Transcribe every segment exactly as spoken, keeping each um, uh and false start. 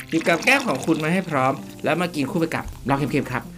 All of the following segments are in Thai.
หยิบกับแก้มของคุณมาให้พร้อมแล้วมากินคู่ไปกับเราเค็มๆครับ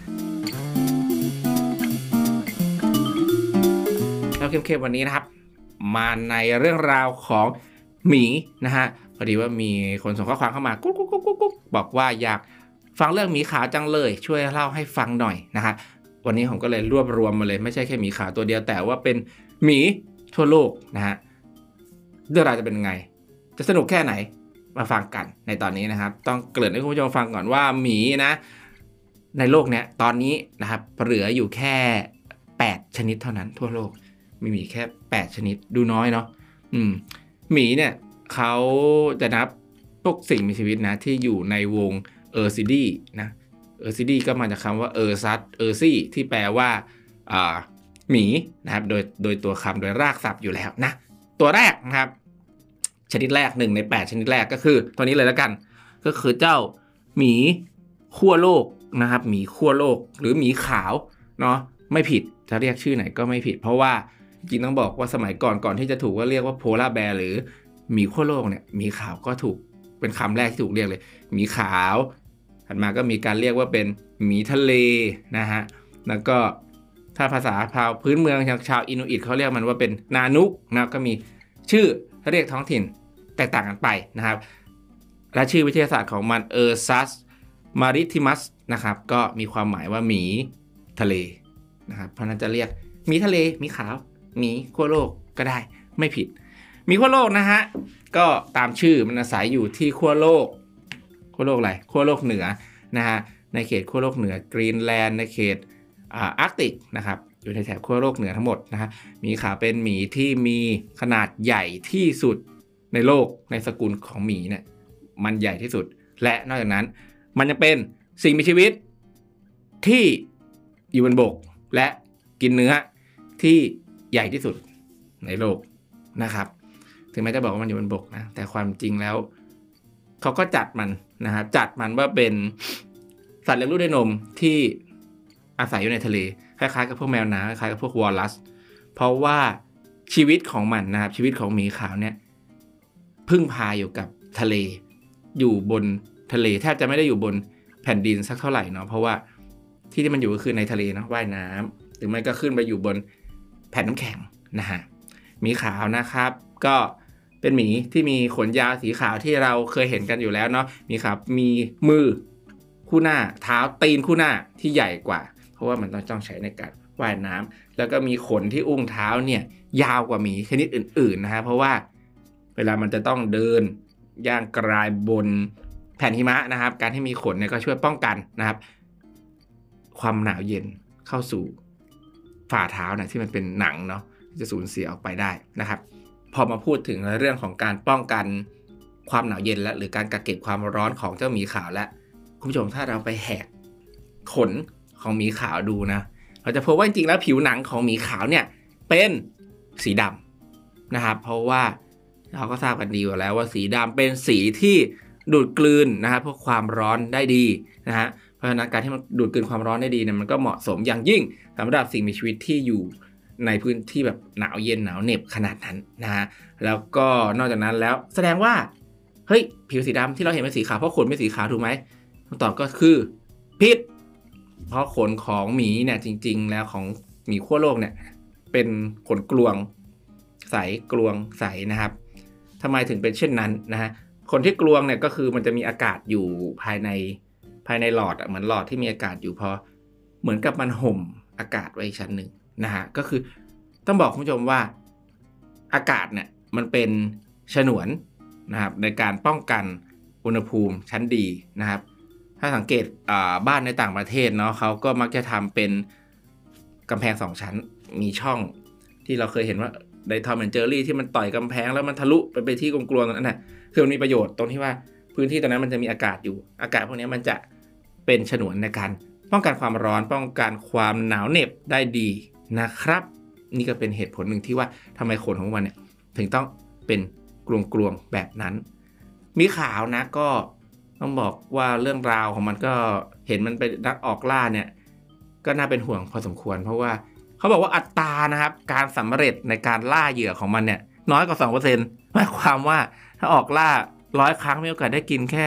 เราเค็มๆวันนี้นะครับมาในเรื่องราวของหมีนะฮะพอดีว่ามีคนส่งข้อความเข้ามากุ๊กกุ๊กกุ๊กกุ๊กบอกว่าอยากฟังเรื่องหมีขาวจังเลยช่วยเล่าให้ฟังหน่อยนะฮะวันนี้ผมก็เลยรวบรวมมาเลยไม่ใช่แค่หมีขาวตัวเดียวแต่ว่าเป็นหมีทั่วโลกนะฮะเรื่องราวจะเป็นไงจะสนุกแค่ไหนมาฟังกันในตอนนี้นะครับต้องเกริ่นให้คุณผู้ชมฟังก่อนว่าหมีนะในโลกเนี้ยตอนนี้นะครับเหลืออยู่แค่แปดชนิดเท่านั้นทั่วโลกมีหมีแค่แปดชนิดดูน้อยเนาะอืมหมีเนี่ยเขาจะนับพวกสิ่งมีชีวิตนะที่อยู่ในวงเออร์ซิดีนะเออร์ซิดีก็มาจากคำว่าเออร์ซัสเออร์ซี่ที่แปลว่าอ่าหมีนะครับโดยโดยตัวคำโดยรากศัพท์อยู่แล้วนะตัวแรกนะครับชนิดแรกหนึ่งในแปดชนิดแรกก็คือตัวนี้เลยแล้วกันก็คือเจ้าหมีขั้วโลกนะครับหมีขั้วโลกหรือหมีขาวเนาะไม่ผิดจะเรียกชื่อไหนก็ไม่ผิดเพราะว่าจริงต้องบอกว่าสมัยก่อนก่อนที่จะถูกว่าเรียกว่าโพลาร์แบร์หรือหมีขั้วโลกเนี่ยหมีขาวก็ถูกเป็นคำแรกที่ถูกเรียกเลยหมีขาวถัดมาก็มีการเรียกว่าเป็นหมีทะเลนะฮะแล้วก็ถ้าภาษาชาวพื้นเมืองชาวอินูอิตเขาเรียกมันว่าเป็นนานุกนะก็มีชื่อเรียกท้องถิ่นแตกต่างกันไปนะครับและชื่อวิทยาศาสตร์ของมันเออร์ซัสมาริทิมัสนะครับก็มีความหมายว่าหมีทะเลนะครับเพราะนั้นจะเรียกหมีทะเลหมีขาวหมีขั้วโลกก็ได้ไม่ผิดหมีขั้วโลกนะฮะก็ตามชื่อมันอาศัยอยู่ที่ขั้วโลกขั้วโลกอะไรขั้วโลกเหนือนะฮะในเขตขั้วโลกเหนือกรีนแลนด์ในเขตอ่าอาร์กติกนะครับอยู่ในแถบขั้วโลกเหนือทั้งหมดนะฮะหมีขาวเป็นหมีที่มีขนาดใหญ่ที่สุดในโลกในสกุลของหมีเนี่ยมันใหญ่ที่สุดและนอกจากนั้นมันยังเป็นสิ่งมีชีวิตที่อยู่บนบกและกินเนื้อที่ใหญ่ที่สุดในโลกนะครับถึงแม้จะบอกว่ามันอยู่บนบกนะแต่ความจริงแล้วเขาก็จัดมันนะครับจัดมันว่าเป็นสัตว์เลี้ยงลูกด้วยนมที่อาศัยอยู่ในทะเลคล้ายๆกับพวกแมวน้ำคล้ายๆกับพวกวอลลัสเพราะว่าชีวิตของมันนะครับชีวิตของหมีขาวเนี่ยพึ่งพาอยู่กับทะเลอยู่บนทะเลแทบจะไม่ได้อยู่บนแผ่นดินสักเท่าไหร่เนาะเพราะว่าที่ที่มันอยู่ก็คือในทะเลเนาะว่ายน้ำหรือไม่ก็ขึ้นไปอยู่บนแผ่นน้ำแข็งนะฮะหมีขาวนะครับก็เป็นหมีที่มีขนยาวสีขาวที่เราเคยเห็นกันอยู่แล้วเนาะหมีขาวมีมือคู่หน้าเท้าตีนคู่หน้าที่ใหญ่กว่าเพราะว่ามันต้องต้องใช้ในการว่ายน้ำแล้วก็มีขนที่อุ้งเท้าเนี่ยยาวกว่าหมีชนิดอื่นๆนะฮะเพราะว่าเวลามันจะต้องเดินย่างกรายบนแผ่นหิมะนะครับการที่มีขนเนี่ยก็ช่วยป้องกันนะครับความหนาวเย็นเข้าสู่ฝ่าเท้านะที่มันเป็นหนังเนาะจะสูญเสียออกไปได้นะครับพอมาพูดถึงเรื่องของการป้องกันความหนาวเย็นและหรือการกักเก็บความร้อนของเจ้าหมีขาวและคุณผู้ชมถ้าเราไปแหกขนของหมีขาวดูนะเราจะพบว่าจริงๆแล้วผิวหนังของหมีขาวเนี่ยเป็นสีดำนะครับเพราะว่าเราก็ทราบกันดีอยู่แล้วว่าสีดำเป็นสีที่ดูดกลืนนะครับพวกความร้อนได้ดีนะฮะเพราะฉะนั้นการที่มันดูดกลืนความร้อนได้ดีเนี่ยมันก็เหมาะสมอย่างยิ่งสำหรับสิ่งมีชีวิตที่อยู่ในพื้นที่แบบหนาวเย็นหนาวเหน็บขนาดนั้นนะฮะแล้วก็นอกจากนั้นแล้วแสดงว่าเฮ้ยผิวสีดำที่เราเห็นเป็นสีขาวเพราะขนเป็นสีขาวถูกไหมคำตอบก็คือผิดเพราะขนของหมีเนี่ยจริงๆแล้วของหมีขั้วโลกเนี่ยเป็นขนกลวงใสกลวงใสนะครับทำไมถึงเป็นเช่นนั้นนะฮะขนที่กลวงเนี่ยก็คือมันจะมีอากาศอยู่ภายในภายในหลอดอ่ะเหมือนหลอดที่มีอากาศอยู่พอเหมือนกับมันห่มอากาศไว้อีกชั้นหนึ่งนะฮะก็คือต้องบอกคุณผู้ชมว่าอากาศเนี่ยมันเป็นฉนวนนะครับในการป้องกันอุณหภูมิชั้นดีนะครับถ้าสังเกตบ้านในต่างประเทศเนาะเขาก็มักจะทำเป็นกำแพงสองชั้นมีช่องที่เราเคยเห็นว่าในทอมแอนด์เจอรี่ที่มันต่อยกำแพงแล้วมันทะลุไปไปที่กลวงๆตรงนั้นน่ะคือมันมีประโยชน์ตรงที่ว่าพื้นที่ตรงนั้นมันจะมีอากาศอยู่อากาศพวกนี้มันจะเป็นฉนวนในการป้องกันความร้อนป้องกันความหนาวเหน็บได้ดีนะครับนี่ก็เป็นเหตุผลหนึ่งที่ว่าทำไมขนของมันเนี่ยถึงต้องเป็นกลวงๆแบบนั้นมีขาวนะก็ต้องบอกว่าเรื่องราวของมันก็เห็นมันไปนักออกล่าเนี่ยก็น่าเป็นห่วงพอสมควรเพราะว่าเขาบอกว่าอัตรานะครับการสำเร็จในการล่าเหยื่อของมันเนี่ยน้อยกว่า สองเปอร์เซ็นต์ หมายความว่าถ้าออกล่าร้อยครั้งมีโอกาสได้กินแค่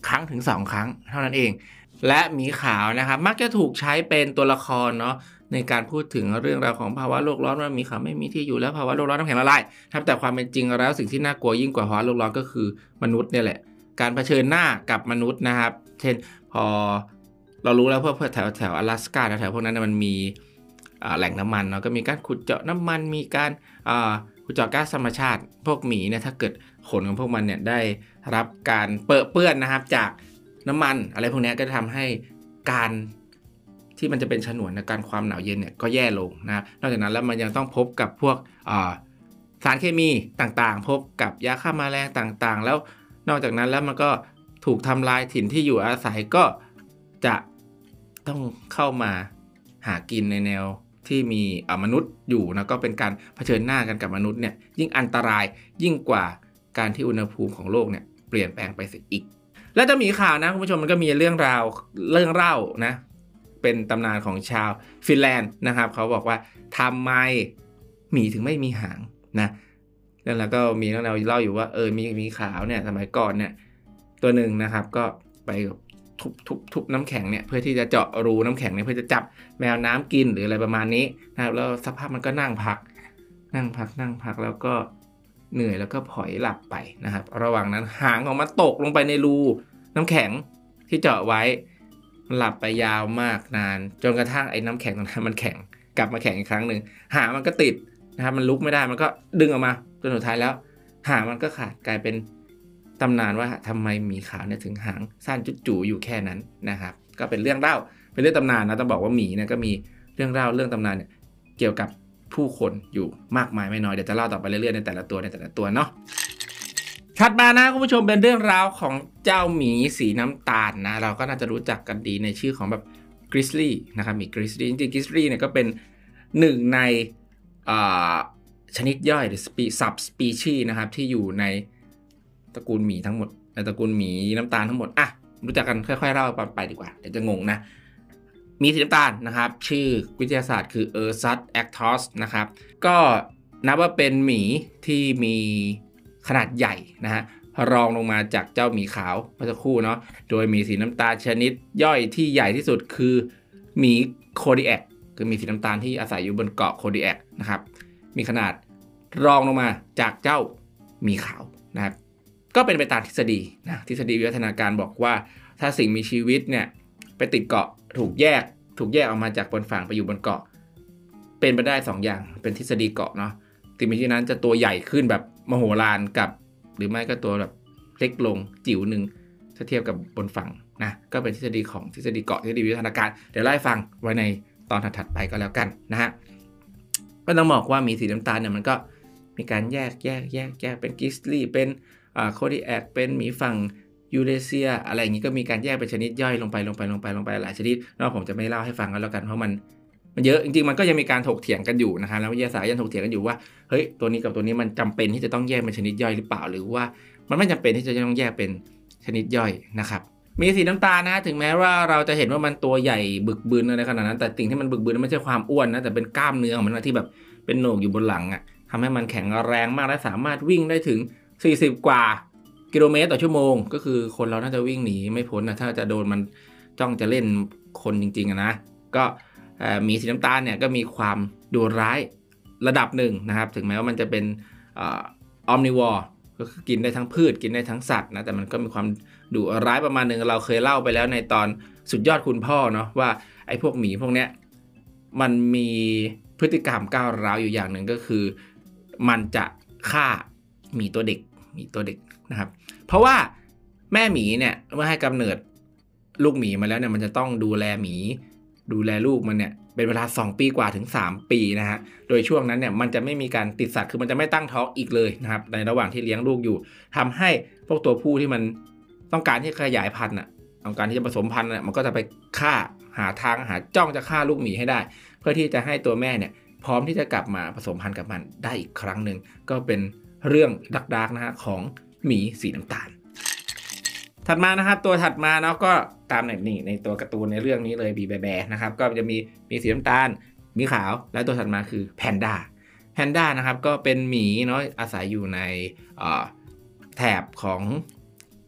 ครั้งถึงสองครั้งเท่านั้นเองและหมีขาวนะครับมักจะถูกใช้เป็นตัวละครเนาะในการพูดถึงเรื่องราวของภาวะโลกร้อนว่าหมีขาวไม่มีที่อยู่แล้วภาวะโลกร้อนน้ำแข็งละลายครับแต่ความเป็นจริงแล้วสิ่งที่น่ากลัวยิ่งกว่าภาวะโลกร้อนก็คือมนุษย์เนี่ยแหละการเผชิญหน้ากับมนุษย์นะครับเช่นพอเรารู้แล้วพวกแถวแถว阿拉斯ก้าแถวพวกนั้นมันมีแหล่งน้ำมันเนาะก็มีการขุดเจาะน้ำมันมีการขุดเจาะก๊าซธรรมชาติพวกหมีเนี่ยถ้าเกิดขนของพวกมันเนี่ยได้รับการเปื้อนเปื้อนนะครับจากน้ำมันอะไรพวกนี้ก็จะทำให้การที่มันจะเป็นฉนวนในการความหนาวเย็นเนี่ยก็แย่ลงนะครับนอกจากนั้นแล้วมันยังต้องพบกับพวกสารเคมีต่างๆพบกับยาฆ่าแมลงต่างๆแล้วนอกจากนั้นแล้วมันก็ถูกทำลายถิ่นที่อยู่อาศัยก็จะต้องเข้ามาหากินในแนวที่มีมนุษย์อยู่นะก็เป็นการเผชิญหน้ากันกับมนุษย์เนี่ยยิ่งอันตรายยิ่งกว่าการที่อุณหภูมิของโลกเนี่ยเปลี่ยนแปลงไปเสียอีกและจะมีข่าวนะคุณผู้ชมมันก็มีเรื่องราวเรื่องเล่านะเป็นตำนานของชาวฟินแลนด์นะครับเขาบอกว่าทำไมหมีถึงไม่มีหางนะแล้วก็มีเรื่องราวเล่าอยู่ว่าเออมีมีขาวเนี่ยสมัยก่อนเนี่ยตัวหนึ่งนะครับก็ไปทุบทุบทุบน้ำแข็งเนี่ยเพื่อที่จะเจาะรูน้ำแข็งเนี่ยเพื่อจะจับแมวน้ำกินหรืออะไรประมาณนี้นะครับแล้วสภาพมันก็นั่งพักนั่งพักนั่งพักแล้วก็เหนื่อยแล้วก็ผอยหลับไปนะครับระหว่างนั้นหางของมันตกลงไปในรูน้ำแข็งที่เจาะไว้หลับไปยาวมากนานจนกระทั่งไอ้น้ำแข็งตรงนั้นมันแข็งกลับมาแข็งอีกครั้งหนึ่งหางมันก็ติดนะครับมันลุกไม่ได้มันก็ดึงออกมาจนสุดท้ายแล้วหางมันก็ขาดกลายเป็นตำนานว่าทำไมหมีขาวเนี่ยถึงหางสั้นจุดจู่อยู่แค่นั้นนะครับก็เป็นเรื่องเล่าเป็นเรื่องตำนานนะต้องบอกว่าหมีเนี่ยก็มีเรื่องเล่าเรื่องตำนานเนี่ยเกี่ยวกับผู้คนอยู่มากมายไม่น้อยเดี๋ยวจะเล่าต่อไปเรื่อยๆในแต่ละตัวในแต่ละตัวเนาะถัดมานะคุณผู้ชมเป็นเรื่องราวของเจ้าหมีสีน้ำตาลนะเราก็น่าจะรู้จักกันดีในชื่อของแบบกริซลี่นะครับหมีกริซลี่จริงๆกริซลี่เนี่ยก็เป็นหนึ่งในชนิดย่อยหรือซับสปีชีส์นะครับที่อยู่ในตระกูลหมีทั้งหมดในตระกูลหมีน้ำตาลทั้งหมดอ่ะรู้จักกันค่อยๆเล่าไปดีกว่าเดี๋ยวจะงงนะมีสีน้ำตาลนะครับชื่อวิทยาศาสตร์คือเออร์ซัสแอคทอสนะครับก็นับว่าเป็นหมีที่มีขนาดใหญ่นะฮะรองลงมาจากเจ้าหมีขาวเมื่อสักครู่เนาะโดยมีสีน้ำตาลชนิดย่อยที่ใหญ่ที่สุดคือหมีโคดิแอกคือมีสีน้ำตาลที่อาศัยอยู่บนเกาะโคดิแอกนะครับมีขนาดรองลงมาจากเจ้าหมีขาวนะครับก็เป็นไปตามทฤษฎีนะทฤษฎีวิวัฒนาการบอกว่าถ้าสิ่งมีชีวิตเนี่ยไปติดเกาะถูกแยกถูกแยกออกมาจากบนฝั่งไปอยู่บนเกาะเป็นไปได้สองอย่างเป็นทฤษฎีเกาะเนาะสิ่งมีชีวิตนั้นจะตัวใหญ่ขึ้นแบบมโหฬารกับหรือไม่ก็ตัวแบบเล็กลงจิ๋วหนึ่งถ้าเทียบกับบนฝั่งนะก็เป็นทฤษฎีของทฤษฎีเกาะทฤษฎีวิวัฒนาการเดี๋ยวเล่าให้ฟังไว้ในตอนถัดๆไปก็แล้วกันนะฮะก็ต้องบอกว่ามีสีน้ำตาลเนี่ยมันก็มีการแยกแยกแยกแยกเป็นกริซลี่เป็นอ่าโคดิแอกเป็นหมีฝั่งยูเรเซียอะไรอย่างนี้ก็มีการแยกเป็นชนิดย่อยลงไปลงไปลงไปลงไปหลายชนิดแล้วผมจะไม่เล่าให้ฟังก็แล้วกันเพราะมันมันเยอะจริงๆมันก็ยังมีการถกเถียงกันอยู่นะครับแล้ววิทยาศาสตร์ยังถกเถียงกันอยู่ว่าเฮ้ยตัวนี้กับตัวนี้มันจำเป็นที่จะต้องแยกเป็นชนิดย่อยหรือเปล่าหรือว่ามันไม่จำเป็นที่จะต้องแยกเป็นชนิดย่อยนะครับมีสีน้ำตาลนะถึงแม้ว่าเราจะเห็นว่ามันตัวใหญ่บึกบึนอะไรขนาดนั้นแต่สิ่งที่มันบึกบึนไม่ใช่ความอ้วนนะแต่เป็นกล้ามเนื้อของมันที่แบบเป็นโหนกอยู่บนหลังอ่ะทำให้มันแข็งแรงมากและสามารถวิ่งได้ถึงสี่สิบกว่ากิโลเมตรต่อชั่วโมงก็คือคนเราน่าจะวิ่งหนีไม่พ้นนะถ้าจะโดนมันจ้องจะเล่นคนจริงๆนะก็มีสีน้ำตาลเนี่ยก็มีความดุร้ายระดับหนึ่งนะครับถึงแม้ว่ามันจะเป็นออมนิวอร์ก็คือกินได้ทั้งพืชกินได้ทั้งสัตว์นะแต่มันก็มีความดุร้ายประมาณหนึ่งเราเคยเล่าไปแล้วในตอนสุดยอดคุณพ่อเนาะว่าไอ้พวกหมีพวกเนี้ยมันมีพฤติกรรมก้าวร้าวอยู่อย่างหนึ่งก็คือมันจะฆ่าหมีตัวเด็กหมีตัวเด็กนะครับเพราะว่าแม่หมีเนี่ยเมื่อให้กำเนิดลูกหมีมาแล้วเนี่ยมันจะต้องดูแลหมีดูแลลูกมันเนี่ยเป็นเวลาสองปีกว่าถึงสามปีนะฮะโดยช่วงนั้นเนี่ยมันจะไม่มีการติดสัตว์คือมันจะไม่ตั้งท้องอีกเลยนะครับในระหว่างที่เลี้ยงลูกอยู่ทำให้พวกตัวผู้ที่มันต้องการที่ขยายพันธุ์อ่ะต้องการที่จะผสมพันธุ์เนี่ยมันก็จะไปฆ่าหาทางหาจ้องจะฆ่าลูกหมีให้ได้เพื่อที่จะให้ตัวแม่เนี่ยพร้อมที่จะกลับมาผสมพันธุ์กับมันได้อีกครั้งหนึ่งก็เป็นเรื่องดักๆนะฮะของหมีสีน้ำตาลถัดมานะครับตัวถัดมาเนาะก็ตามในนี่ในตัวการ์ตูนในเรื่องนี้เลยบีแบแบนะครับก็จะมีมีสีน้ำตาลหมีขาวและตัวถัดมาคือแพนด้าแพนด้านะครับก็เป็นหมีเนาะอาศัยอยู่ในแถบของ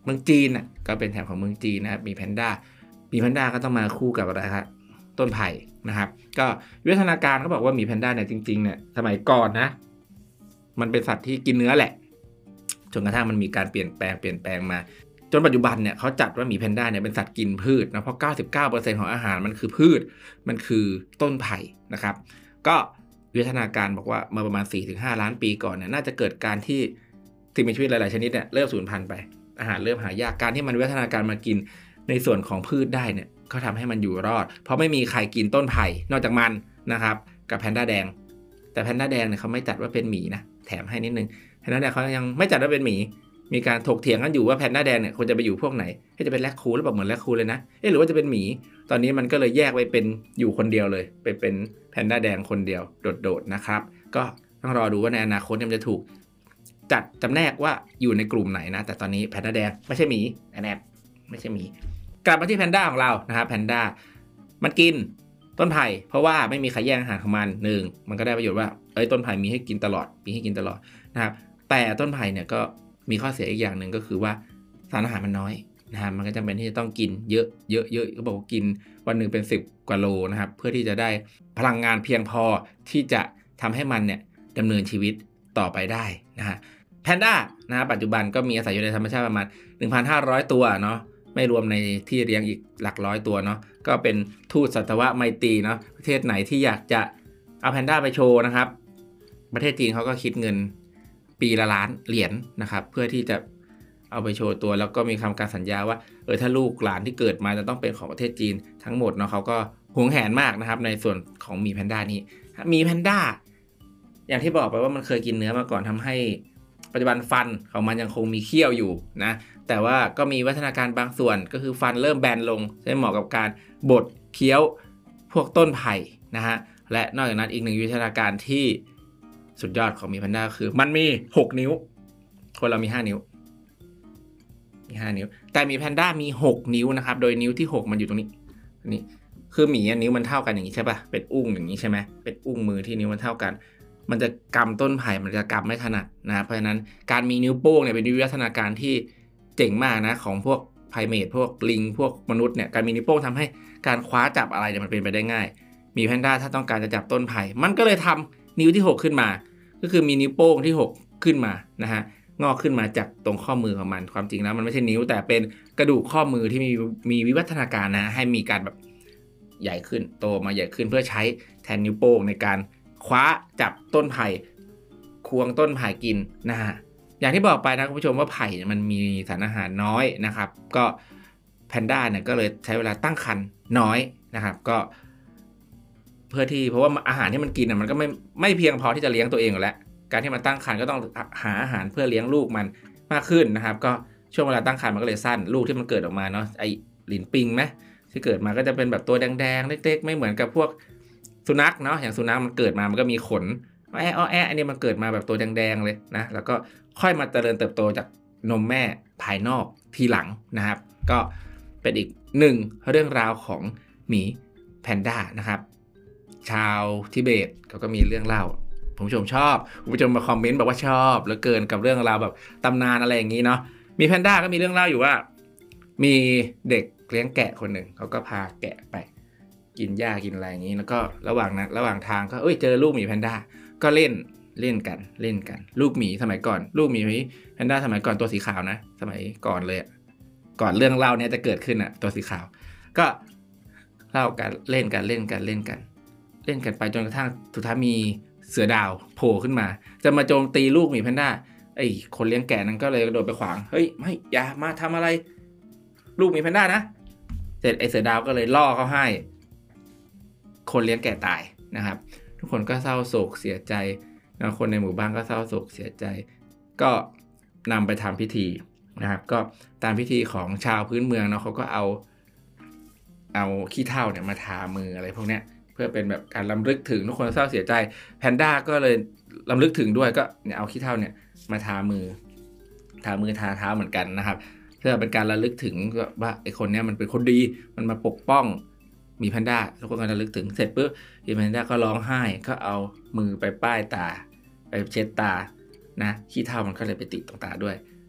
เมืองจีนน่ะก็เป็นแถบของเมืองจีนนะครับมีแพนด้ามีแพนด้าก็ต้องมาคู่กับอะไรครับต้นไผ่นะครับก็วิวัฒนาการเขาบอกว่าหมีแพนด้าเนี่ยจริงๆเนี่ยสมัยก่อนนะมันเป็นสัตว์ที่กินเนื้อแหละจนกระทั่งมันมีการเปลี่ยนแปลงเปลี่ยนแปลงมาจนปัจจุบันเนี่ยเขาจัดว่าหมีแพนด้าเนี่ยเป็นสัตว์กินพืชนะเพราะ เก้าสิบเก้าเปอร์เซ็นต์ ของอาหารมันคือพืชมันคือต้นไผ่นะครับก็วิวัฒนาการบอกว่าเมื่อประมาณ สี่ถึงห้า ล้านปีก่อนเนี่ยน่าจะเกิดการที่สิ่งมีชีวิตหลายๆชนิดเนี่ยเริ่มสูญพันธุ์ไปอาหารเริ่มหายากการที่มันวิวัฒนาการมากินในส่วนของพืชได้เนี่ยก็ทำให้มันอยู่รอดเพราะไม่มีใครกินต้นไผ่นอกจากมันนะครับกับแพนด้าแดงแต่แพนด้าแดงเนี่ยเขาไม่จัดว่าเป็นหมีนะแถมให้นิดนึงแพนด้าแดงเขายังไม่จัดว่าเป็นหมีมีการถกเถียงกันอยู่ว่าแพนด้าแดงเนี่ยควรจะไปอยู่พวกไหนให้จะเป็นแรคคูนหรือเปล่าเหมือนแรคคูนเลยนะเอ๊ะหรือว่าจะเป็นหมีตอนนี้มันก็เลยแยกไปเป็นอยู่คนเดียวเลยไปเป็นแพนด้าแดงคนเดียวโดดๆนะครับก็ต้องรอดูว่าในอนาคตมันจะถูกจัดจำแนกว่าอยู่ในกลุ่มไหนนะแต่ตอนนี้แพนด้าแดงไม่ใช่หมีแอบไม่ใช่หมีกลับมาที่แพนด้าของเรานะครับแพนด้ามันกินต้นไผ่เพราะว่าไม่มีใครแย่งอาหารของมันหนึ่งมันก็ได้ประโยชน์ว่าเอ้ยต้นไผ่มีให้กินตลอดมีให้กินตลอดนะครับแต่ต้นไผ่เนี่ยก็มีข้อเสียอีกอย่างหนึ่งก็คือว่าสารอาหารมันน้อยนะครับมันก็จำเป็นที่จะต้องกินเยอะเยอะเยอะเขาบอกว่ากินวันหนึ่งเป็นสิบกว่าโลนะครับเพื่อที่จะได้พลังงานเพียงพอที่จะทำให้มันเนี่ยดำเนินชีวิตต่อไปได้นะฮะแพนด้านะปัจจุบันก็มีอาศัยอยู่ในธรรมชาติประมาณ หนึ่งพันห้าร้อย ตัวเนาะไม่รวมในที่เลี้ยงอีกหลักร้อยตัวเนาะก็เป็นทูตสัตวไมตรีเนาะประเทศไหนที่อยากจะเอาแพนด้าไปโชว์นะครับประเทศจีนเขาก็คิดเงินปีละล้านเหรียญ นะครับเพื่อที่จะเอาไปโชว์ตัวแล้วก็มีคำการสัญญาว่าเออถ้าลูกหลานที่เกิดมาจะต้องเป็นของประเทศจีนทั้งหมดเนาะเขาก็หวงแหนมากนะครับในส่วนของหมีแพนด้านี้หมีแพนด้าอย่างที่บอกไปว่ามันเคยกินเนื้อมาก่อนทำให้ปัจจุบันฟันของมันยังคงมีเขี้ยวอยู่นะแต่ว่าก็มีวัฒนาการบางส่วนก็คือฟันเริ่มแบนลงใช้เหมาะกับการบดเคี้ยวพวกต้นไผ่นะฮะและนอกจากนั้นอีกหนึ่งวิวัฒนาการที่สุดยอดของหมีแพนด้าคือมันมีหกนิ้วคนเรามีห้านิ้วมีห้านิ้วแต่หมีแพนด้ามีหกนิ้วนะครับโดยนิ้วที่หกมันอยู่ตรงนี้นี่คือหมีนิ้วมันเท่ากันอย่างนี้ใช่ป่ะเป็นอุ้งอย่างนี้ใช่ไหมเป็นอุ้งมือที่นิ้วมันเท่ากันมันจะกำต้นไผ่มันจะกำไม่ถนัดนะเพราะฉะนั้นการมีนิ้วโป้งเนี่ยเป็นวิวัฒนาการที่เจ๋งมากนะของพวกไพรเมทพวกลิงพวกมนุษย์เนี่ยการมีนิ้วโป้งทำให้การคว้าจับอะไรเนี่ยมันเป็นไปได้ง่ายมีแพนด้าถ้าต้องการจะจับต้นไผ่มันก็เลยทำนิ้วที่หกขึ้นมาก็คือมีนิ้วโป้งที่หกขึ้นมานะฮะงอกขึ้นมาจากตรงข้อมือของมันความจริงแล้วมันไม่ใช่นิ้วแต่เป็นกระดูกข้อมือที่มีมีวิวัฒนาการนะให้มีการแบบใหญ่ขึ้นโตมาใหญ่ขึ้นเพื่อใช้แทนนิ้วโป้งในการคว้าจับต้นไผ่ควงต้นไผ่กินนะฮะอย่างที่บอกไปนะคุณผู้ชมว่าไผ่มันมีสารอาหารน้อยนะครับก็แพนด้าเนี่ยก็เลยใช้เวลาตั้งครรภ์น้อยนะครับก็เพื่อที่เพราะว่าอาหารที่มันกินมันก็ไม่ไม่เพียงพอที่จะเลี้ยงตัวเองอยู่แล้วการที่มันตั้งครรภ์ก็ต้องหาอาหารเพื่อเลี้ยงลูกมันมากขึ้นนะครับก็ช่วงเวลาตั้งครรภ์มันก็เลยสั้นลูกที่มันเกิดออกมาเนาะไอหลินปิงไหมที่เกิดมาก็จะเป็นแบบตัวแดงๆเล็กๆไม่เหมือนกับพวกสุนัขเนาะอย่างสุนัขมันเกิดมามันก็มีขนแอะแอะอันนี้มันเกิดมาแบบตัวแดงๆเลยนะแล้วก็ค่อยมาเจริญเติบโตจากนมแม่ภายนอกทีหลังนะครับก็เป็นอีกหนึ่งเรื่องราวของหมีแพนด้านะครับชาวทิเบตเขาก็มีเรื่องเล่าผมผู้ชมชอบคุณผู้ชมมาคอมเมนต์บอกว่าชอบเหลือเกินกับเรื่องราวแบบตำนานอะไรอย่างนี้เนาะมีแพนด้าก็มีเรื่องเล่าอยู่ว่ามีเด็กเลี้ยงแกะคนหนึ่งเขาก็พาแกะไปกินหญ้ากินอะไรอย่างนี้แล้วก็ระหว่างนั้นระหว่างทางก็เอ้ยเจอลูกหมีแพนด้าก็เล่นเล่นกันเล่นกันลูกหมีสมัยก่อนลูกหมีแพนด้าสมัยก่อนตัวสีขาวนะสมัยก่อนเลยก่อนเรื่องเล่านี้จะเกิดขึ้นอ่ะตัวสีขาวก็เล่ากันเล่นกันเล่นกันเล่นกันเล่นกันไปจนกระทั่งสุดท้ายมีเสือดาวโผล่ขึ้นมาจะมาโจมตีลูกหมีแพนด้าไอ้คนเลี้ยงแกะนั้นก็เลยกระโดดไปขวางเฮ้ยไม่อย่ามาทำอะไรลูกหมีแพนด้านะเสร็จไอ้เสือดาวก็เลยล่อเขาให้คนเลี้ยงแกะตายนะครับทุกคนก็เศร้าโศกเสียใจนะคนในหมู่บ้านก็เศร้าโศกเสียใจก็นำไปทำพิธีนะครับก็ตามพิธีของชาวพื้นเมืองเนาะเขาก็เอาเอาขี้เถ้าเนี่ยมาทามืออะไรพวกเนี้ยเพื่อเป็นแบบการรำลึกถึงทุกคนเศร้าเสียใจแพนด้าก็เลยรำลึกถึงด้วยก็เนี่ยเอาขี้เถ้าเนี่ยมาทามือทามือทาเท้าเหมือนกันนะครับเพื่อเป็นการระลึกถึงว่าไอ้คนเนี้ยมันเป็นคนดีมันมาปกป้องมีแพนด้าทุกคนก็ระลึกถึงเสร็จปุ๊บมีแพนด้าก็ร้องไห้ก็เอามือไปป้ายตาไปเช็ดตานะขี้เถ้ามันก็เลยไปติดตรงตาด้วยเ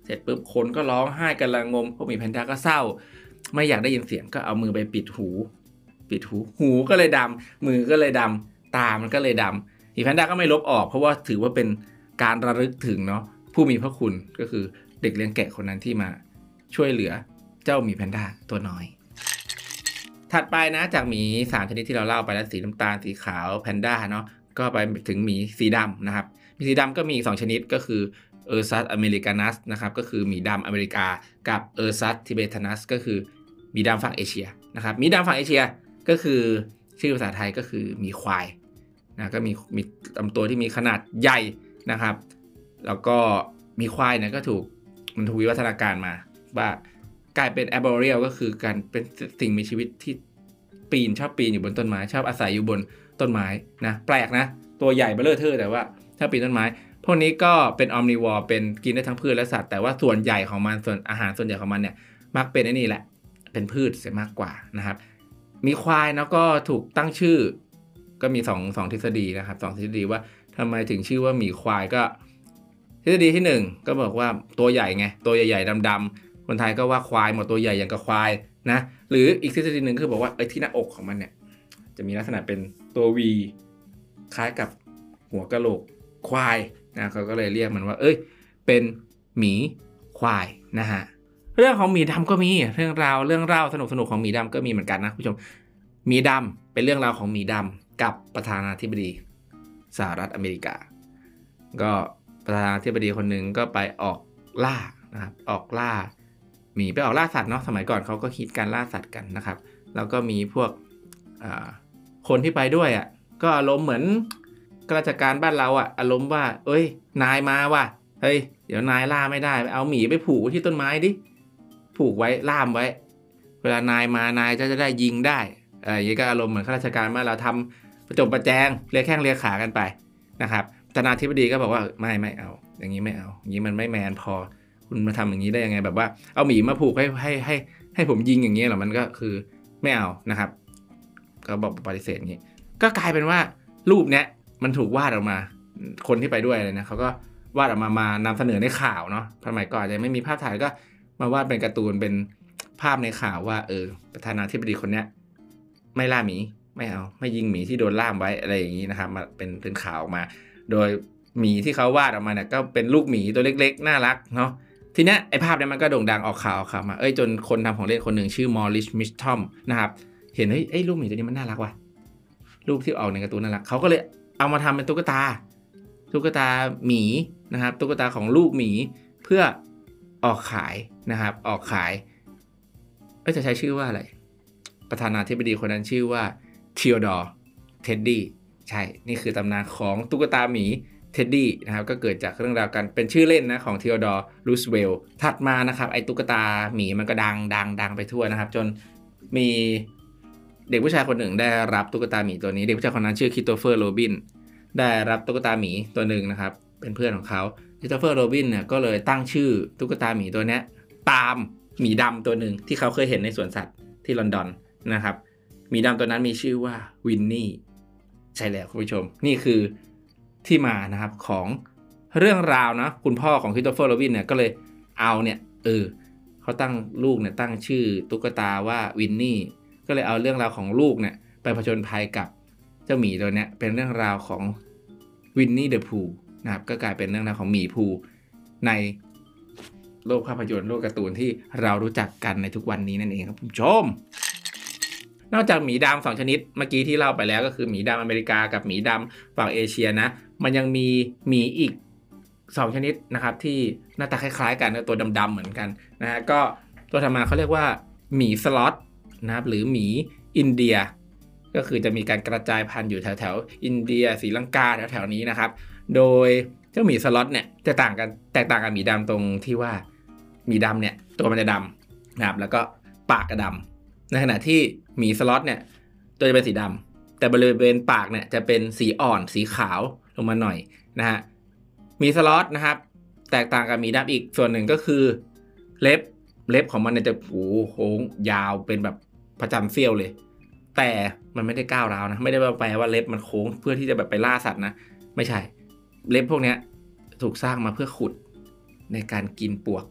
เสร็จปุ๊บคนก็ร้องไห้กันระงมพวกหมีแพนด้าก็เศร้าไม่อยากได้ยินเสียงก็เอามือไปปิดหูปิดหูหูก็เลยดำมือก็เลยดำตามันก็เลยดำหมีแพนด้าก็ไม่ลบออกเพราะว่าถือว่าเป็นการระลึกถึงเนาะผู้มีพระคุณก็คือเด็กเลี้ยงแกะคนนั้นที่มาช่วยเหลือเจ้าหมีแพนด้าตัวน้อยถัดไปนะจากหมีสามชนิดที่เราเล่าไปแล้วสีน้ำตาลสีขาวแพนด้าเนาะก็ไปถึงหมีสีดำนะครับหมีสีดำก็มีอีกสองชนิดก็คือเออร์ซัสอเมริกานัสนะครับก็คือหมีดำอเมริกากับเออร์ซัสทิเบตันัสก็คือหมีดำฝั่งเอเชียนะครับหมีดำฝั่งเอเชียก็คือชื่อภาษาไทยก็คือหมีควายนะก็มีมีลำตัวที่มีขนาดใหญ่นะครับแล้วก็มีควายเนี่ยก็ถูกมันถูกวิวัฒนาการมาว่ากลายเป็น arboreal ก็คือการเป็นสิ่งมีชีวิตที่ปีนชอบปีนอยู่บนต้นไม้ชอบอาศัยอยู่บนต้นไม้นะแปลกนะตัวใหญ่เบ้อเร่อเทอแต่ว่าถ้าปีนต้นไม้พวกนี้ก็เป็น omnivore เป็นกินได้ทั้งพืชและสัตว์แต่ว่าส่วนใหญ่ของมันส่วนอาหารส่วนใหญ่ของมันเนี่ยมักเป็นไอ้นี่แหละเป็นพืชเสียมากกว่านะครับมีควายแล้วก็ถูกตั้งชื่อก็มีสอง สองทฤษฎีนะครับสองทฤษฎีว่าทำไมถึงชื่อว่าหมีควายก็ทฤษฎีที่หนึ่งก็บอกว่าตัวใหญ่ไงตัวใหญ่ๆดำๆคนไทยก็ว่าควายหมดตัวใหญ่อย่างกับควายนะหรืออีกทฤษฎีหนึ่งคือบอกว่าไอ้ที่หน้าอกของมันเนี่ยจะมีลักษณะเป็นตัว V คล้ายกับหัวกะโหลกควายนะเขาก็เลยเรียกมันว่าเอ้ยเป็นหมีควายนะฮะเรื่องของหมีดำก็มีเรื่องราวเรื่องเล่าสนุกๆของหมีดำก็มีเหมือนกันนะคุณผู้ชมหมีดำเป็นเรื่องราวของหมีดำกับประธานาธิบดีสหรัฐอเมริกาก็ประธานาธิบดีคนหนึ่งก็ไปออกล่านะครับออกล่าหมีไปออกล่าสัตว์เนาะสมัยก่อนเขาก็คิดการล่าสัตว์กันนะครับแล้วก็มีพวกคนที่ไปด้วยอ่ะก็อารมณ์เหมือนข้าราชการบ้านเราอ่ะอารมณ์ว่าเอ้ยนายมาว่ะเฮ้ยเดี๋ยวนายล่าไม่ได้เอาหมีไปผูกที่ต้นไม้ดิผูกไว้ล่ามไว้เวลานายมานายจะจะได้ยิงได้อะไรอย่างนี้ก็อารมณ์เหมือนข้าราชการบ้านเราทำประจบประแจงเรียกแข้งเรียกขากันไปนะครับประธานาธิบดีก็บอกว่าไม่ไม่เอาอย่างนี้ไม่เอาอย่างนี้มันไม่แมนพอคุณมาทำอย่างนี้ได้ยังไงแบบว่าเอาหมีมาผูกให้ให้ให้ให้ผมยิงอย่างนี้หรอมันก็คือไม่เอานะครับก็บอกปฏิเสธอย่างนี้ก็กลายเป็นว่ารูปเนี้ยมันถูกวาดออกมาคนที่ไปด้วยเลยนะเขาก็วาดออกมามานำเสนอในข่าวเนาะสมัยก่อนอาจจะไม่มีภาพถ่ายก็มาวาดเป็นการ์ตูนเป็นภาพในข่าวว่าเออประธานาธิบดีคนเนี้ยไม่ล่าหมีไม่เอาไม่ยิงหมีที่โดนล่ามไว้อะไรอย่างนี้นะครับมาเป็นเป็นข่าวออกมาโดยหมีที่เขาวาดออกมาเนี่ยก็เป็นลูกหมีตัวเล็กๆน่ารักเนาะทีเนี้ยไอ้ภาพเนี้ยมันก็โด่งดังออกข่าวออกข่าวมาเอ้ยจนคนทำของเล่นคนหนึ่งชื่อมอริสมิชทอมนะครับเห็นเฮ้ยไอ้ลูกหมีตัวนี้มันน่ารักว่ะรูปที่ออกในการ์ตูนน่ารักเขาก็เลยเอามาทำเป็นตุ๊กตาตุ๊กตาหมีนะครับตุ๊กตาของลูกหมีเพื่อออกขายนะครับออกขายเอ้ยจะใช้ชื่อว่าอะไรประธานาธิบดีคนนั้นชื่อว่าทีโอดอร์เท็ดดี้ใช่นี่คือตำนานของตุ๊กตาหมีเท็ดดี้นะครับก็เกิดจากเรื่องราวกันเป็นชื่อเล่นนะของทีโอดอร์รูสเวลต์ถัดมานะครับไอ้ตุ๊กตาหมีมันก็ดังดังดังไปทั่วนะครับจนมีเด็กผู้ชายคนหนึ่งได้รับตุ๊กตาหมีตัวนี้เด็กผู้ชายคนนั้นชื่อคริสโตเฟอร์โรบินได้รับตุ๊กตาหมีตัวหนึ่งนะครับเป็นเพื่อนของเขาคริสโตเฟอร์โรบินเนี่ยก็เลยตั้งชื่อตุ๊กตาหมีตัวนี้ตามหมีดำตัวหนึ่งที่เขาเคยเห็นในสวนสัตว์ที่ลอนดอนนะครับหมีดำตัวนั้นมีชื่อว่าวินนี่ใช่แล้วคุณผู้ชมนี่คือที่มานะครับของเรื่องราวนะคุณพ่อของคริสโตเฟอร์โรบินเนี่ยก็เลยเอาเนี่ยเออเขาตั้งลูกเนี่ยตั้งชื่อตุ๊กตาว่าวินนี่ก็เลยเอาเรื่องราวของลูกเนี่ยไปผจญภัยกับเจ้าหมีตัวเนี้ยเป็นเรื่องราวของวินนี่เดอะพูนะครับก็กลายเป็นเรื่องราวของหมีพูในโลกภาพยนตร์โลกการ์ตูนที่เรารู้จักกันในทุกวันนี้นั่นเองครับคุณผู้ชมนอกจากหมีดำสองชนิดเมื่อกี้ที่เล่าไปแล้วก็คือหมีดำอเมริกากับหมีดำฝั่งเอเชียนะมันยังมีหมีอีกสองชนิดนะครับที่หน้าตาคล้ายๆกันตัวดำๆเหมือนกันนะฮะก็ตัวธรรมดาเขาเรียกว่าหมีสล็อตนะครับหรือหมีอินเดียก็คือจะมีการกระจายพันธุ์อยู่แถวๆอินเดียศรีลังกาแถวๆนี้นะครับโดยเจ้าหมีสล็อตเนี่ยจะต่างกันแตกต่างกับหมีดำตรงที่ว่าหมีดำเนี่ยตัวมันจะดำนะครับแล้วก็ปากก็ดำในขณะที่หมีสล็อตเนี่ยตัวจะเป็นสีดำแต่บริเวณปากเนี่ยจะเป็นสีอ่อนสีขาวลงมาหน่อยนะฮะหมีสล็อตนะครับแตกต่างกับหมีดำอีกส่วนหนึ่งก็คือเล็บเล็บของมันเนี่ยจะโอ้โหยาวเป็นแบบพระจันทร์เสี้ยวเลยแต่มันไม่ได้ก้าวร้าวนะไม่ได้แปลว่าเล็บมันโค้งเพื่อที่จะแบบไปล่าสัตว์นะไม่ใช่เล็บพวกนี้ถูกสร้างมาเพื่อขุดในการกินปลวก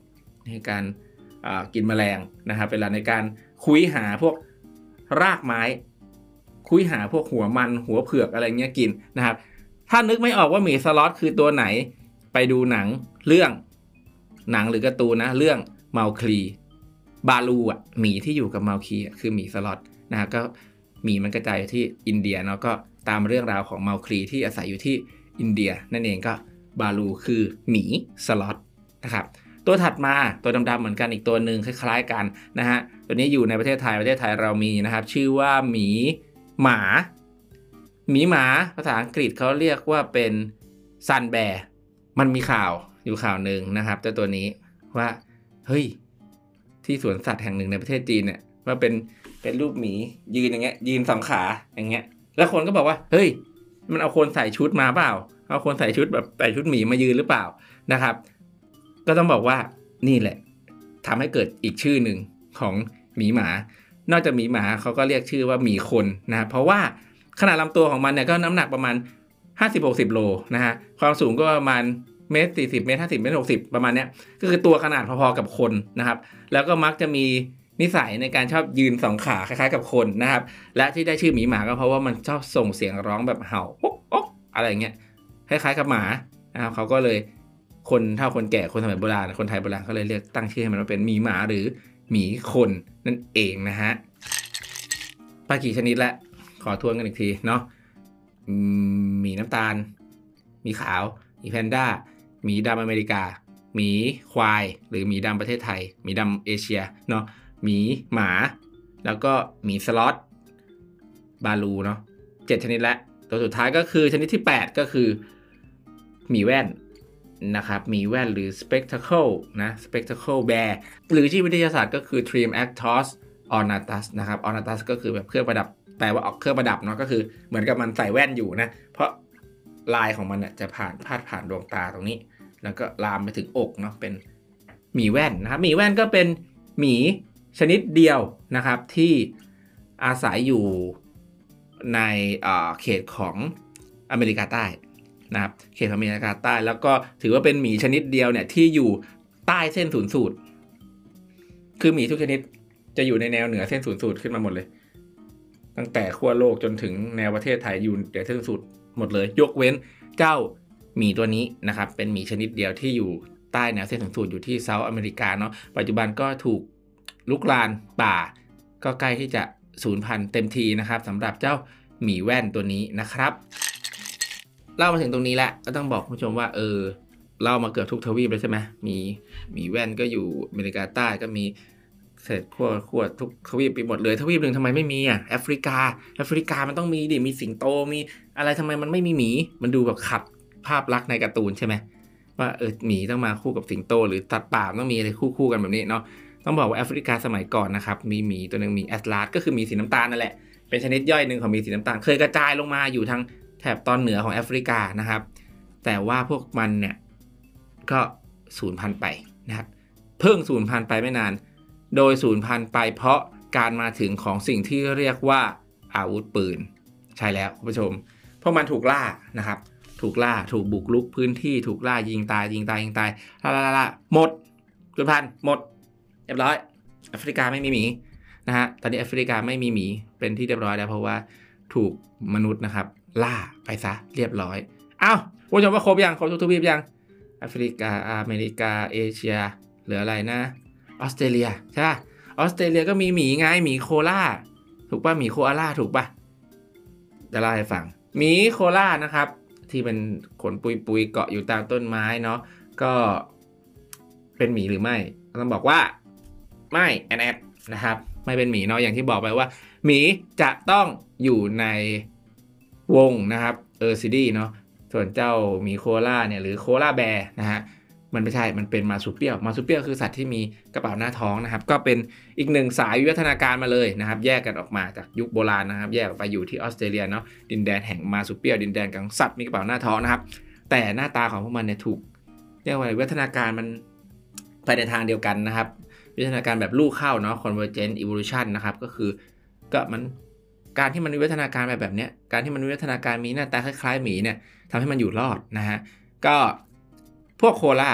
ในการกินแมลงนะครับเวลาในการคุยหาพวกรากไม้คุยหาพวกหัวมันหัวเผือกอะไรเงี้ยกินนะครับถ้านึกไม่ออกว่าหมีสล็อตคือตัวไหนไปดูหนังเรื่องหนังหรือการ์ตูนนะเรื่องเมาคลีบาลูอ่ะหมีที่อยู่กับเมาคลีคือหมีสล็อตนะก็หมีมันกระจายอยู่ที่อินเดียเนาะก็ตามเรื่องราวของเมาคลีที่อาศัยอยู่ที่อินเดียนั่นเองก็บาลูคือหมีสล็อตนะครับตัวถัดมาตัวดำๆเหมือนกันอีกตัวหนึ่งคล้ายๆกันนะฮะตัวนี้อยู่ในประเทศไทยประเทศไทยเรามีนะครับชื่อว่าหมีหมาหมีหมาภาษาอังกฤษเขาเรียกว่าเป็นซันแบร์มันมีข่าวอยู่ข่าวหนึ่งนะครับเจ้าตัวนี้ว่าเฮ้ยที่สวนสัตว์แห่งหนึ่งในประเทศจีนเนี่ยว่าเป็นเป็นรูปหมียืนอย่างเงี้ยยืนสองขาอย่างเงี้ยแล้วคนก็บอกว่าเฮ้ยมันเอาคนใส่ชุดมาเปล่าเอาคนใส่ชุดแบบใส่ชุดหมีมายืนหรือเปล่านะครับก็ต้องบอกว่านี่แหละทำให้เกิดอีกชื่อหนึ่งของหมีหมานอกจากหมีหมาเขาก็เรียกชื่อว่าหมีคนนะเพราะว่าขนาดลำตัวของมันเนี่ยก็น้ำหนักประมาณ ห้าสิบหกสิบ โลนะฮะความสูงก็ประมาณเมตรสี่สิบเมตรห้าสิบเมตรหกสิบประมาณเนี้ยก็คือตัวขนาดพอๆกับคนนะครับแล้วก็มักจะมีนิสัยในการชอบยืนสองขาคล้ายๆกับคนนะครับและที่ได้ชื่อหมีหมาก็เพราะว่ามันชอบส่งเสียงร้องแบบเห่าอ๊กอ๊กอะไรอย่างเงี้ยคล้ายๆกับหมานะครับเขาก็เลยคนเฒ่าคนแก่คนสมัยโบราณคนไทยโบราณเขาเลยเรียกตั้งชื่อให้มันว่าเป็นหมีหมาหรือหมีคนนั่นเองนะฮะปลากี่ชนิดละขอทวนกันอีกทีเนาะหมีน้ำตาลหมีขาวหมีแพนด้าหมีดำอเมริกาหมีควายหรือหมีดำประเทศไทยหมีดำเอเชียเนาะหมีหมาแล้วก็หมีสล็อตบาลูเนาะเจ็ดชนิดละตัวสุดท้ายก็คือชนิดที่แปดก็คือหมีแว่นนะครับหมีแว่นหรือ spectacle นะ spectacle bear หรือชื่อวิทยาศาสตร์ก็คือ Trimarctos ornatus นะครับ ornatus ก็คือแบบเครื่องประดับแปลว่าออกเครื่องประดับเนาะก็คือเหมือนกับมันใส่แว่นอยู่นะเพราะลายของมันเนี่ยจะผ่านพาดผ่านดวงตาตรงนี้แล้วก็ลามไปถึงอกเนาะเป็นหมีแว่นนะครับหมีแว่นก็เป็นหมีชนิดเดียวนะครับที่อาศัยอยู่ในเขตของอเมริกาใต้นะครับเขตของอเมริกาใต้แล้วก็ถือว่าเป็นหมีชนิดเดียวเนี่ยที่อยู่ใต้เส้นศูนย์สูตรคือหมีทุกชนิดจะอยู่ในแนวเหนือเส้นศูนย์สูตรขึ้นมาหมดเลยตั้งแต่ขั้วโลกจนถึงแนวประเทศไทยอยู่เหนือเส้นศูนย์สูตรหมดเลยยกเว้นเจ้าหมีตัวนี้นะครับเป็นหมีชนิดเดียวที่อยู่ใต้แนวเส้นศูนย์สูตรอยู่ที่เซาท์อเมริกาเนาะปัจจุบันก็ถูกลุกลานป่าก็ใกล้ที่จะสูญพันธุ์เต็มทีนะครับสำหรับเจ้าหมีแว่นตัวนี้นะครับเล่ามาถึงตรงนี้แล้วก็ต้องบอกคุณผู้ชมว่าเออเล่ามาเกือบทุกทวีปเลยใช่ไหมมีหมีแว่นก็อยู่อเมริกาใต้ก็มีเศษขั้วขั้วทุกทวีปไปหมดเลยทวีปหนึ่งทำไมไม่มีอ่ะแอฟริกาแอฟริกามันต้องมีดิมีสิงโตมีอะไรทำไมมันไม่มีหมีมันดูแบบขัดภาพลักษณ์ในการ์ตูนใช่ไหมว่าเออหมีต้องมาคู่กับสิงโตหรือสัตว์ป่าต้องมีอะไรคู่คู่กันแบบนี้เนาะต้องบอกว่าแอฟริกาสมัยก่อนนะครับมีหมีตัวนึงมีแอตลาสก็คือหมีสีน้ำตาลนั่นแหละเป็นชนิดย่อยหนึ่งของหมีสีน้ำตาลเคยกระจายลงมาอยู่ทางแถบตอนเหนือของแอฟริกานะครับแต่ว่าพวกมันเนี่ยก็สูญพันธุ์ไปนะครับเพิ่งสูญพันธุ์ไปไม่นานโดยสูญพันธุ์ไปเพราะการมาถึงของสิ่งที่เรียกว่าอาวุธปืนใช่แล้วคุณผู้ชมเพราะมันถูกล่านะครับถูกล่าถูกบุกรุกพื้นที่ถูกล่ายิงตายยิงตายยิงตายล่าล่าล่าหมดสูญพันธุ์หมดเรียบร้อยแอฟริกาไม่มีหมีนะฮะตอนนี้แอฟริกาไม่มีหมีเป็นที่เรียบร้อยแล้วเพราะว่าถูกมนุษย์นะครับล่าไปซะเรียบร้อยอ้าวคุณผู้ชมว่าครบยังครบทุกทวีปยังแอฟริกาอเมริกาเอเชียเหลืออะไรนะออสเตรเลียใช่ป่ะออสเตรเลียก็มีหมีไงหมีโคล่าถูกป่ะหมีโคอาล่าถูกป่ะจะเล่าให้ฟังหมีโคล่านะครับที่เป็นขนปุยๆเกาะอยู่ตามต้นไม้เนาะก็เป็นหมีหรือไม่ต้องบอกว่าไม่แอนแอดนะครับไม่เป็นหมีเนาะอย่างที่บอกไปว่าหมีจะต้องอยู่ในวงนะครับเออซิดี้เนาะส่วนเจ้าหมีโคล่าเนี่ยหรือโคล่าแบร์นะฮะมันไม่ใช่มันเป็นมาซูเปียลมาซูเปียลคือสัตว์ที่มีกระเป๋าหน้าท้องนะครับก็เป็นอีกหนึ่งสายวิวัฒนาการมาเลยนะครับแยกกันออกมาจากยุคโบราณนะครับแยกออกไปอยู่ที่ออสเตรเลียเนาะดินแดนแห่งมาซูเปียลดินแดนของสัตว์มีกระเป๋าหน้าท้องนะครับแต่หน้าตาของพวกมันเนี่ยถูกเรียกว่าวิวัฒนาการมันไปในทางเดียวกันนะครับวิวัฒนาการแบบลูกเข้าเนาะ convergent evolution นะครับก็คือก็มันการที่มันวิวัฒนาการแบบแบบเนี้ยการที่มันวิวัฒนาการมีหน้าตาคล้ายๆหมีเนี่ยทำให้มันอยู่รอดนะฮะก็พวกโคล่า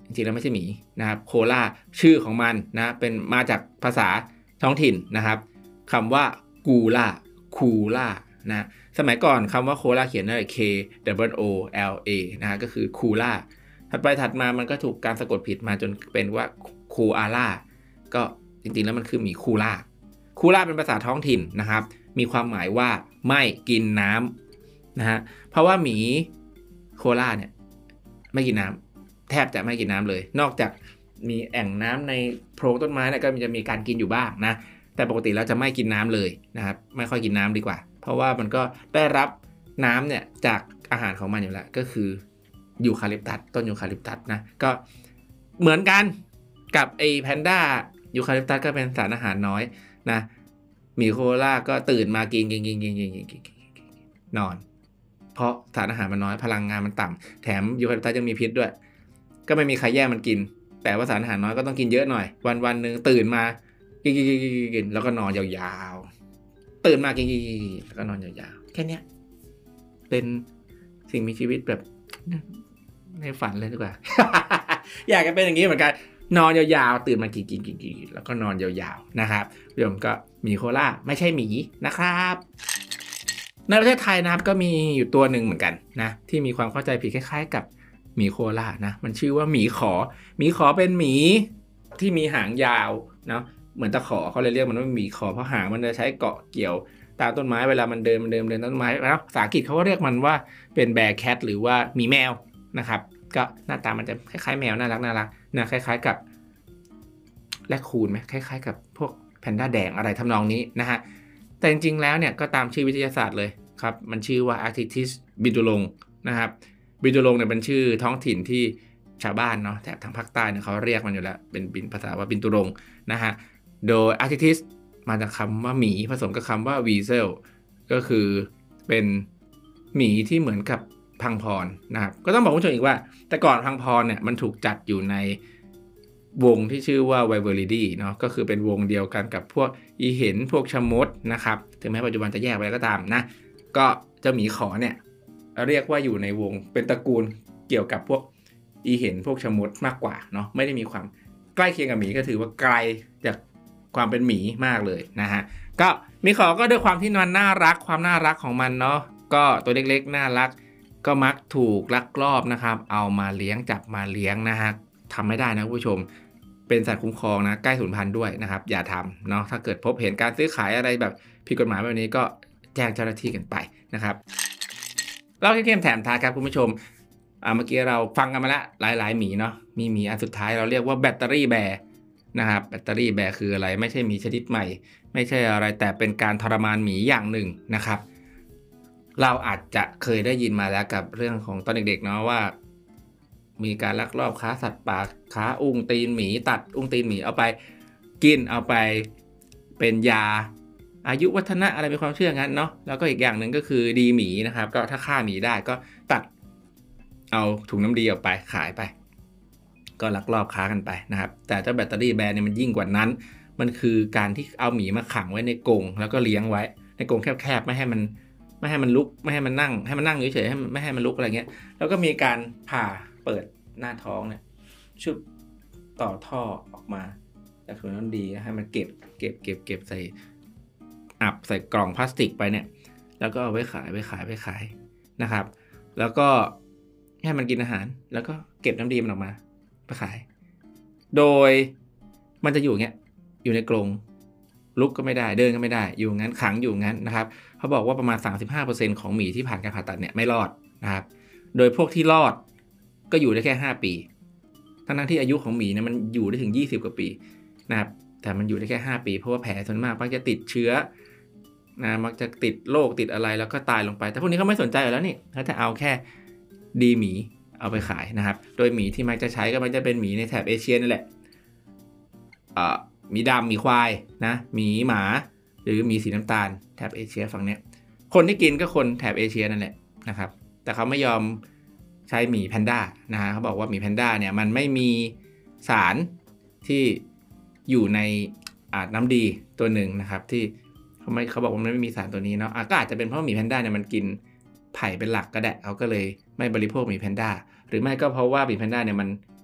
จริงๆแล้วไม่ใช่หมีนะครับโคล่าชื่อของมันนะเป็นมาจากภาษาท้องถิ่นนะครับคำว่ากูล่าคูล่านะสมัยก่อนคำว่าโคล่าเขียนด้วย K W O L A นะฮะก็คือคูล่าถัดไปถัดมามันก็ถูกการสะกดผิดมาจนเป็นว่าคูอาล่าก็จริงๆแล้วมันคือหมีคูล่าคูล่าเป็นภาษาท้องถิ่นนะครับมีความหมายว่าไม่กินน้ำนะฮะเพราะว่าหมีโคล่าเนี่ยไม่กินน้ำแทบจะไม่กินน้ำเลยนอกจากมีแอ่งน้ำในโพรงต้นไม้เนี่ยก็จะมีการกินอยู่บ้างนะแต่ปกติแล้วจะไม่กินน้ำเลยนะครับไม่ค่อยกินน้ำดีกว่าเพราะว่ามันก็ได้รับน้ำเนี่ยจากอาหารของมันอยู่แล้วก็คือยูคาลิปตัสต้นยูคาลิปตัสนะก็เหมือนกันกับไอ้แพนด้ายูคาลิปตัสก็เป็นสารอาหารน้อยนะหมีโคล่าก็ตื่นมากินกินกินกินกินกินนอนเพราะสารอาหารมันน้อยพลังงานมันต่ำแถมยูคาลิปตัสยังมีพิษด้วยก็ไม่มีใครแย่งมันกินแต่ว่าสารอาหารน้อยก็ต้องกินเยอะหน่อยวันวันหนึ่งตื่นมากินกินกินกินแล้วก็นอนยาวๆตื่นมากินกินแล้วก็นอนยาวๆแค่นี้เป็นสิ่งมีชีวิตแบบในฝันเลยดีกว่า อยากจะเป็นอย่างนี้เหมือนกันนอนยาวๆตื่นมากินกินกินกินแล้วก็นอนยาวๆนะครับพี่ผมก็หมีโคล่าไม่ใช่หมีนะครับในประเทศไทยนะครับก็มีอยู่ตัวหนึ่งเหมือนกันนะที่มีความเข้าใจผิดคล้ายๆกับหมีโคล่านะมันชื่อว่าหมีขอหมีขอเป็นหมีที่มีหางยาวเนาะเหมือนตะขอเขาเลยเรียกมันว่าหมีขอเพราะหางมันจะใช้เกาะเกี่ยวตามต้นไม้เวลามันเดินมันเดินเดินต้นไม้แล้วภาษาอังกฤษเขาก็เรียกมันว่าเป็นแบร์แคทหรือว่าหมีแมวนะครับก็หน้าตามันจะคล้ายๆแมวน่ารักน่ารักนะคล้ายๆกับแรคคูนไหมคล้ายๆกับพวกแพนด้าแดงอะไรทำนองนี้นะฮะแต่จริงๆแล้วเนี่ยก็ตามชื่อวิทยาศาสตร์เลยครับมันชื่อว่า Arctictis bindulong นะครับบินตุลงเนี่ยเป็นชื่อท้องถิ่นที่ชาวบ้านเนาะแถบทางภาคใต้เนี่ยเขาเรียกมันอยู่แล้วเป็นบินภาษาว่าบินตุลงนะฮะโดย Arctictis มาจากคำว่าหมีผสมกับคำว่า weasel ก็คือเป็นหมีที่เหมือนกับพังพรนะครับก็ต้องบอกคุณผู้ชมอีกว่าแต่ก่อนพังพรเนี่ยมันถูกจัดอยู่ในวงที่ชื่อว่า Viverridae เนาะก็คือเป็นวงเดียวกันกับพวกอีเห็นพวกชะมดนะครับถึงแม้ปัจจุบันจะแยกไปแล้วก็ตามนะก็เจ้าหมีขอเนี่ยเรียกว่าอยู่ในวงเป็นตระกูลเกี่ยวกับพวกอีเห็นพวกชะมดมากกว่าเนาะไม่ได้มีความใกล้เคียงกับหมีก็ถือว่าไกลจากความเป็นหมีมากเลยนะฮะก็หมีขอก็ด้วยความที่มันน่ารักความน่ารักของมันเนาะก็ตัวเล็กๆน่ารักก็มักถูกลักลอบนะครับเอามาเลี้ยงจับมาเลี้ยงนะฮะทำไม่ได้นะคุณผู้ชมเป็นสัตว์คุ้มครองนะใกล้สูญพันธุ์ด้วยนะครับอย่าทำเนาะถ้าเกิดพบเห็นการซื้อขายอะไรแบบผิดกฎหมายแบบนี้ก็แจ้งเจ้าหน้าที่กันไปนะครับเล่าเข้มๆแถมท้ายครับคุณผู้ชมอ่าเมื่อกี้เราฟังกันมาแล้วหลายๆหมีเนาะมีหมีอันสุดท้ายเราเรียกว่าแบตเตอรี่แบร์นะครับแบตเตอรี่แบร์คืออะไรไม่ใช่หมีชนิดใหม่ไม่ใช่อะไรแต่เป็นการทรมานหมีอย่างหนึ่งนะครับเราอาจจะเคยได้ยินมาแล้วกับเรื่องของตอนเด็กๆเนาะว่ามีการลักลอบค้าสัตว์ป่าค้าอุ้งตีนหมีตัดอุ้งตีนหมีเอาไปกินเอาไปเป็นยาอายุวัฒนะอะไรเป็นความเชื่องั้นเนาะแล้วก็อีกอย่างหนึ่งก็คือดีหมีนะครับก็ถ้าฆ่าหมีได้ก็ตัดเอาถุงน้ำดีออกไปขายไปก็ลักลอบค้ากันไปนะครับแต่เจ้าแบตเตอรี่แบร์เนี่ยมันยิ่งกว่านั้นมันคือการที่เอาหมีมาขังไว้ในกรงแล้วก็เลี้ยงไว้ในกรงแคบๆไม่ให้มันไม่ให้มันลุกไม่ให้มันนั่งให้มันนั่งเฉยๆให้ไม่ให้มันลุกอะไรเงี้ยแล้วก็มีการผ่าเปิดหน้าท้องเนี่ยชุบต่อท่อออกมาจากถุงน้ำดีให้มันเก็บเก็บเก็บเก็บใส่อับใส่กล่องพลาสติกไปเนี่ยแล้วก็เอาไว้ขายไว้ขายไว้ขายนะครับแล้วก็ให้มันกินอาหารแล้วก็เก็บน้ำดีมันออกมาไปขายโดยมันจะอยู่อย่างเงี้ยอยู่ในกรงลุกก็ไม่ได้เดินก็ไม่ได้อยู่งั้นขังอยู่งั้นนะครับเขาบอกว่าประมาณ สามสิบห้าเปอร์เซ็นต์ ของหมีที่ผ่านการผ่าตัดเนี่ยไม่รอดนะครับโดยพวกที่รอดก็อยู่ได้แค่ห้าปีทั้งที่อายุของหมีเนี่ยมันอยู่ได้ถึงยี่สิบกว่าปีนะครับแต่มันอยู่ได้แค่ห้าปีเพราะว่าแผลส่วนมากมักจะติดเชื้อนะมักจะติดโรคติดอะไรแล้วก็ตายลงไปแต่พวกนี้เขาไม่สนใจอยู่แล้วนี่เขาจะเอาแค่ดีหมีเอาไปขายนะครับโดยหมีที่มักจะใช้ก็มักจะเป็นหมีในแถบเอเชียนี่แหละเอ่อหมีดำหมีควายนะหมีหมาหรือหมีสีน้ำตาลแถบเอเชียฝั่งเนี้ยคนที่กินก็คนแถบเอเชียนั่นแหละนะครับแต่เขาไม่ยอมใช้หมีแพนด้านะฮะเขาบอกว่าหมีแพนด้าเนี่ยมันไม่มีสารที่อยู่ในอ่าน้ำดีตัวหนึ่งนะครับที่เขาไม่เขาบอกว่ามันไม่มีสารตัวนี้เนาะอ่ะก็อาจจะเป็นเพราะหมีแพนด้าเนี่ยมันกินไผ่เป็นหลักก็ได้เขาก็เลยไม่บริโภคหมีแพนด้าหรือไม่ก็เพราะว่าหมีแพนด้าเนี่ยมัน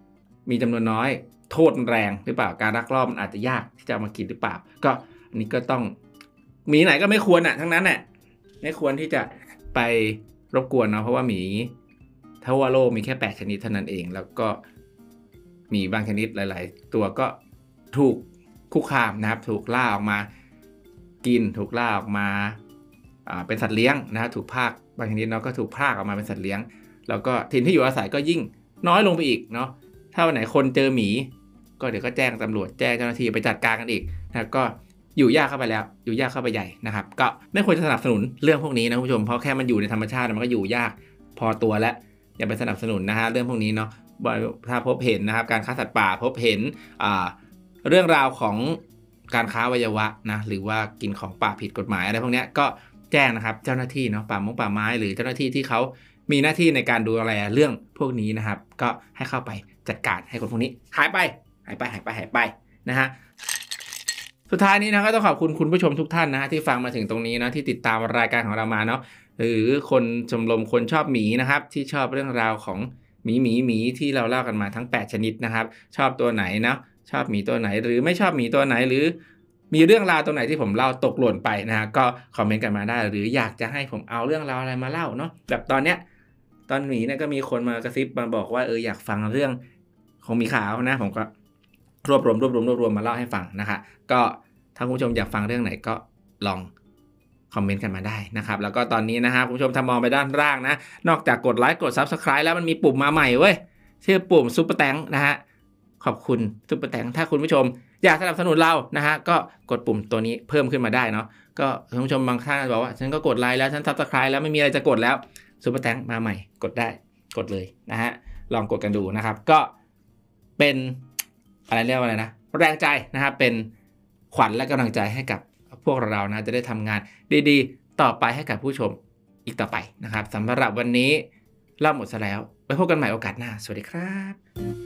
มีจำนวนน้อยโทษแรงหรือเปล่าการลักลอบมันอาจจะยากที่จะมากินหรือเปล่าก็อันนี้ก็ต้องหมีไหนก็ไม่ควรอ่ะทั้งนั้นแหละไม่ควรที่จะไปรบกวนเนาะเพราะว่าหมีทั่วโลกมีแค่แปดชนิดเท่านั้นเองแล้วก็มีบางชนิดหลายๆตัวก็ถูกคุกคามนะครับถูกล่าออกมากินถูกล่าออกมาเป็นสัตว์เลี้ยงนะถูกพากบางชนิดเนาะก็ถูกพากออกมาเป็นสัตว์เลี้ยงแล้วก็ถิ่นที่อยู่อาศัยก็ยิ่งน้อยลงไปอีกเนาะถ้าวันไหนคนเจอหมีก็เดี๋ยวก็แจ้งตำรวจแจ้งเจ้าหน้าที่ไปจัดการกันอีกนะก็อยู่ยากเข้าไปแล้วอยู่ยากเข้าไปใหญ่นะครับก็ไม่ควรจะสนับสนุนเรื่องพวกนี้นะคุณผู้ชมเพราะแค่มันอยู่ในธรรมชาติมันก็อยู่ยากพอตัวแล้วอย่าไปสนับสนุนนะฮะเรื่องพวกนี้เนาะถ้าพบเห็นนะครับการฆ่าสัตว์ป่าพบเห็นเรื่องราวของการค้าอวัยวะนะหรือว่ากินของป่าผิดกฎหมายอะไรพวกนี้ก็แจ้งนะครับเจ้าหน้าที่เนาะป่ามงป่าไม้หรือเจ้าหน้าที่ที่เขามีหน้าที่ในการดูแลเรื่องพวกนี้นะครับก็ให้เข้าไปจัดการให้คนพวกนี้หายไปหายไปหายไปหายไปนะฮะสุดท้ายนี้นะก็ต้องขอบคุณคุณผู้ชมทุกท่านนะที่ฟังมาถึงตรงนี้นะที่ติดตามรายการของเรามาเนาะหรือคนชมรมคนชอบหมีนะครับที่ชอบเรื่องราวของหมีหมีหมีที่เราเล่ากันมาทั้งแปดชนิดนะครับชอบตัวไหนนะชอบหมีตัวไหนหรือไม่ชอบหมีตัวไหนหรือมีเรื่องราวตรงไหนที่ผมเล่าตกหล่นไปนะฮะก็คอมเมนต์กันมาได้หรืออยากจะให้ผมเอาเรื่องราวอะไรมาเล่าเนาะแบบตอนเนี้ยตอนหมีเนี่ยก็มีคนมากระซิบมาบอกว่าเอออยากฟังเรื่องของหมีขาวนะผมก็รวบรวมรวบรวมรวบรวมมาเล่าให้ฟังนะคะก็ถ้าคุณผู้ชมอยากฟังเรื่องไหนก็ลองคอมเมนต์กันมาได้นะครับแล้วก็ตอนนี้นะฮะคุณผู้ชมถ้ามองไปด้านล่างนะนอกจากกดไลค์กด ซับสไครบ์ แล้วมันมีปุ่มมาใหม่เว้ยชื่อปุ่มซุปเปอร์แตงนะฮะขอบคุณซุปเปอร์แตงถ้าคุณผู้ชมอยากสนับสนุนเรานะฮะก็กดปุ่มตัวนี้เพิ่มขึ้นมาได้เนาะก็คุณผู้ชมบางท่านบอกว่าฉันก็กดไลค์แล้วฉัน ซับสไครบ์ แล้วไม่มีอะไรจะกดแล้วซุปเปอร์แตงมาใหม่กดได้กดเลยนะฮะลองกดกันดูนะครับก็เป็นอะไรเรียกว่าอะไรนะแรงใจนะครับเป็นขวัญและกำลังใจให้กับพวกเรานะจะได้ทำงานดีๆต่อไปให้กับผู้ชมอีกต่อไปนะครับสำหรับวันนี้เล่าหมดซะแล้วไว้พบกันใหม่โอกาสหน้าสวัสดีครับ